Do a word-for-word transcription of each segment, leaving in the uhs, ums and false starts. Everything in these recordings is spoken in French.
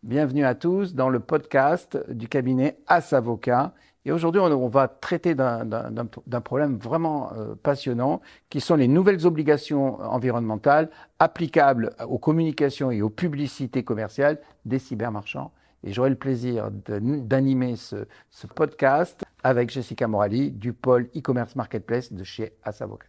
Bienvenue à tous dans le podcast du cabinet As Avocat. Et aujourd'hui, on va traiter d'un, d'un, d'un problème vraiment euh, passionnant, qui sont les nouvelles obligations environnementales applicables aux communications et aux publicités commerciales des cybermarchands. Et j'aurai le plaisir de, d'animer ce, ce podcast avec Jessica Morali du pôle e-commerce marketplace de chez As Avocat.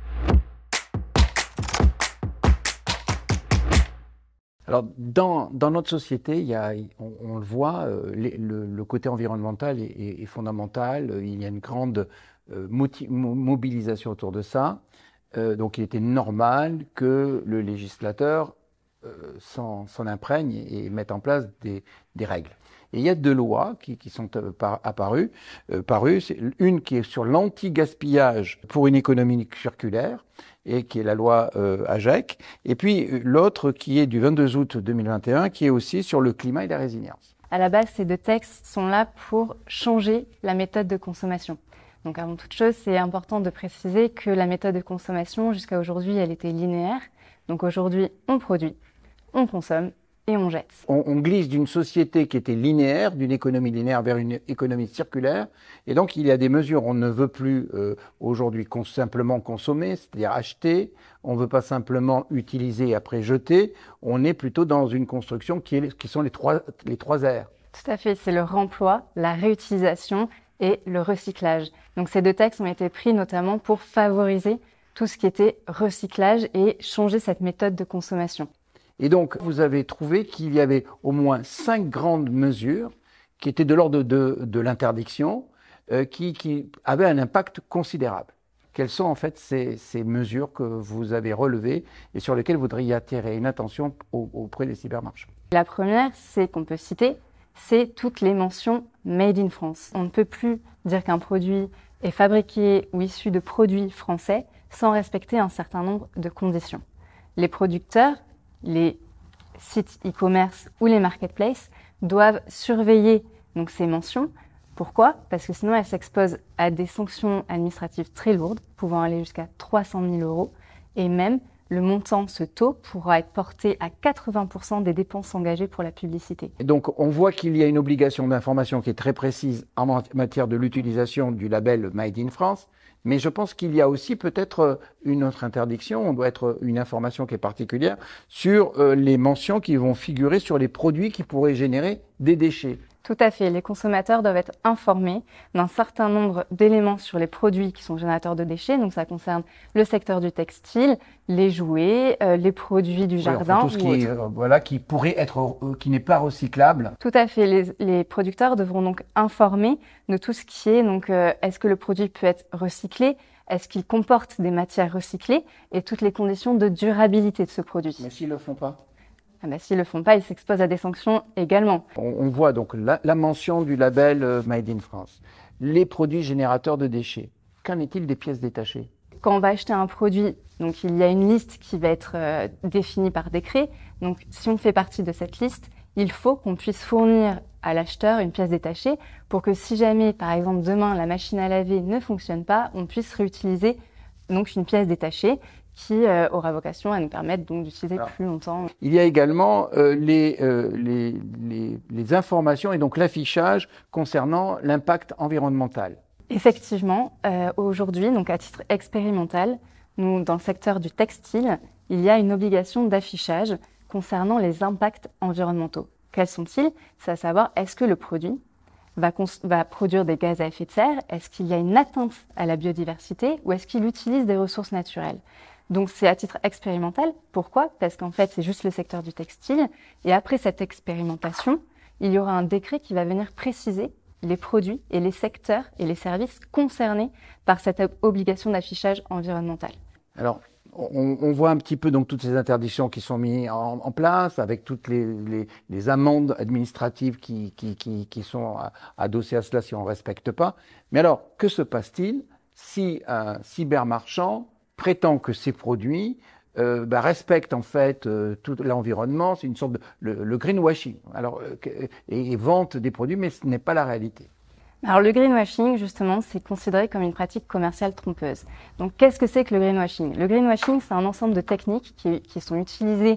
Alors, dans, dans notre société, il y a, on, on le voit, euh, les, le, le côté environnemental est, est, est fondamental. Il y a une grande euh, moti- mobilisation autour de ça. Euh, donc, il était normal que le législateur euh, s'en, s'en imprègne et mette en place des, des règles. Et il y a deux lois qui, qui sont euh, par, apparues. Euh, parues. C'est une qui est sur l'anti-gaspillage pour une économie circulaire, et qui est la loi euh, AGEC, et puis l'autre qui est du vingt-deux août deux mille vingt et un, qui est aussi sur le climat et la résilience. À la base, ces deux textes sont là pour changer la méthode de consommation. Donc avant toute chose, c'est important de préciser que la méthode de consommation, jusqu'à aujourd'hui, elle était linéaire. Donc aujourd'hui, on produit, on consomme et on jette. On, on glisse d'une société qui était linéaire, d'une économie linéaire vers une économie circulaire. Et donc, il y a des mesures. On ne veut plus euh, aujourd'hui cons- simplement consommer, c'est-à-dire acheter. On ne veut pas simplement utiliser et après jeter. On est plutôt dans une construction qui, est, qui sont les trois, les trois R. Tout à fait. C'est le remploi, la réutilisation et le recyclage. Donc, ces deux textes ont été pris notamment pour favoriser tout ce qui était recyclage et changer cette méthode de consommation. Et donc, vous avez trouvé qu'il y avait au moins cinq grandes mesures qui étaient de l'ordre de, de, de l'interdiction, euh, qui, qui avaient un impact considérable. Quelles sont en fait ces, ces mesures que vous avez relevées et sur lesquelles vous voudriez attirer une attention au, auprès des cybermarchands? La première, c'est qu'on peut citer, c'est toutes les mentions Made in France. On ne peut plus dire qu'un produit est fabriqué ou issu de produits français sans respecter un certain nombre de conditions. Les producteurs, les sites e-commerce ou les marketplaces doivent surveiller donc ces mentions. Pourquoi ? Parce que sinon elles s'exposent à des sanctions administratives très lourdes, pouvant aller jusqu'à trois cent mille euros, et même le montant, ce taux, pourra être porté à quatre-vingts pour cent des dépenses engagées pour la publicité. Et donc on voit qu'il y a une obligation d'information qui est très précise en matière de l'utilisation du label Made in France. Mais je pense qu'il y a aussi peut-être une autre interdiction, on doit être une information qui est particulière sur euh, les mentions qui vont figurer sur les produits qui pourraient générer des déchets. Tout à fait. Les consommateurs doivent être informés d'un certain nombre d'éléments sur les produits qui sont générateurs de déchets. Donc, ça concerne le secteur du textile, les jouets, euh, les produits du jardin. Oui, enfin, tout ce qui, est, euh, voilà, qui pourrait être, euh, qui n'est pas recyclable. Tout à fait. Les, les producteurs devront donc informer de tout ce qui est, donc, euh, est-ce que le produit peut être recyclé? Est-ce qu'il comporte des matières recyclées? Et toutes les conditions de durabilité de ce produit. Mais s'ils ne le font pas? Ah ben, s'ils ne le font pas, ils s'exposent à des sanctions également. On, on voit donc la, la mention du label euh, Made in France. Les produits générateurs de déchets. Qu'en est-il des pièces détachées? Quand on va acheter un produit, donc il y a une liste qui va être euh, définie par décret. Donc si on fait partie de cette liste, il faut qu'on puisse fournir à l'acheteur une pièce détachée pour que si jamais, par exemple, demain, la machine à laver ne fonctionne pas, on puisse réutiliser donc une pièce détachée qui euh, aura vocation à nous permettre donc d'utiliser Alors, plus longtemps. Il y a également euh, les, euh, les, les, les informations et donc l'affichage concernant l'impact environnemental. Effectivement, euh, aujourd'hui, donc à titre expérimental, nous, dans le secteur du textile, il y a une obligation d'affichage concernant les impacts environnementaux. Quels sont-ils ? C'est à savoir, est-ce que le produit va, cons- va produire des gaz à effet de serre ? Est-ce qu'il y a une atteinte à la biodiversité ou est-ce qu'il utilise des ressources naturelles ? Donc c'est à titre expérimental. Pourquoi ? Parce qu'en fait, c'est juste le secteur du textile. Et après cette expérimentation, il y aura un décret qui va venir préciser les produits et les secteurs et les services concernés par cette obligation d'affichage environnemental. Alors, on, on voit un petit peu donc toutes ces interdictions qui sont mises en, en place, avec toutes les, les, les amendes administratives qui, qui, qui, qui sont adossées à cela si on ne respecte pas. Mais alors, que se passe-t-il si un cybermarchand prétend que ces produits euh, bah, respectent en fait euh, tout l'environnement? C'est une sorte de le, le greenwashing. Alors, euh, et, et vente des produits, mais ce n'est pas la réalité. Alors le greenwashing, justement, c'est considéré comme une pratique commerciale trompeuse. Donc qu'est-ce que c'est que le greenwashing ? Le greenwashing, c'est un ensemble de techniques qui, qui sont utilisées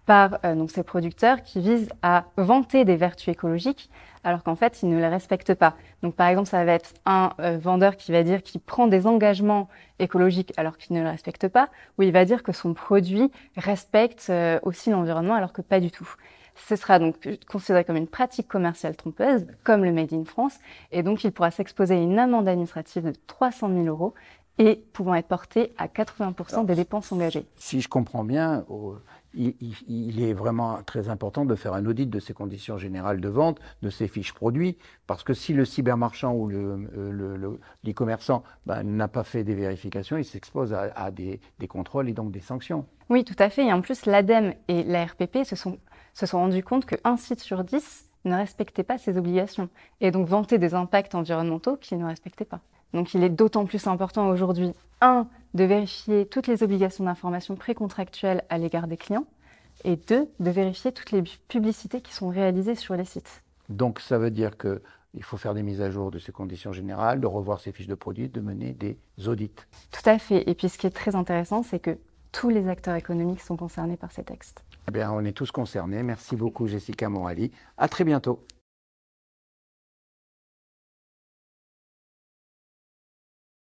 par euh, donc ces producteurs qui visent à vanter des vertus écologiques alors qu'en fait, ils ne les respectent pas. Donc par exemple, ça va être un euh, vendeur qui va dire qu'il prend des engagements écologiques alors qu'il ne les respecte pas, ou il va dire que son produit respecte euh, aussi l'environnement alors que pas du tout. Ce sera donc considéré comme une pratique commerciale trompeuse, comme le Made in France, et donc il pourra s'exposer à une amende administrative de trois cent mille euros et pouvant être porté à quatre-vingts pour cent des dépenses engagées. Si je comprends bien, au, il, il, il est vraiment très important de faire un audit de ces conditions générales de vente, de ces fiches produits, parce que si le cybermarchand ou le, le, le, l'e-commerçant ben, n'a pas fait des vérifications, il s'expose à, à des, des contrôles et donc des sanctions. Oui, tout à fait. Et en plus, l'ADEME et la R P P se sont, se sont rendus compte qu'un site sur dix ne respectait pas ses obligations et donc vantait des impacts environnementaux qu'il ne respectait pas. Donc il est d'autant plus important aujourd'hui, un, de vérifier toutes les obligations d'information précontractuelles à l'égard des clients, et deux, de vérifier toutes les publicités qui sont réalisées sur les sites. Donc ça veut dire qu'il faut faire des mises à jour de ces conditions générales, de revoir ces fiches de produits, de mener des audits. Tout à fait. Et puis ce qui est très intéressant, c'est que tous les acteurs économiques sont concernés par ces textes. Eh bien, on est tous concernés. Merci beaucoup Jessica Morali. À très bientôt.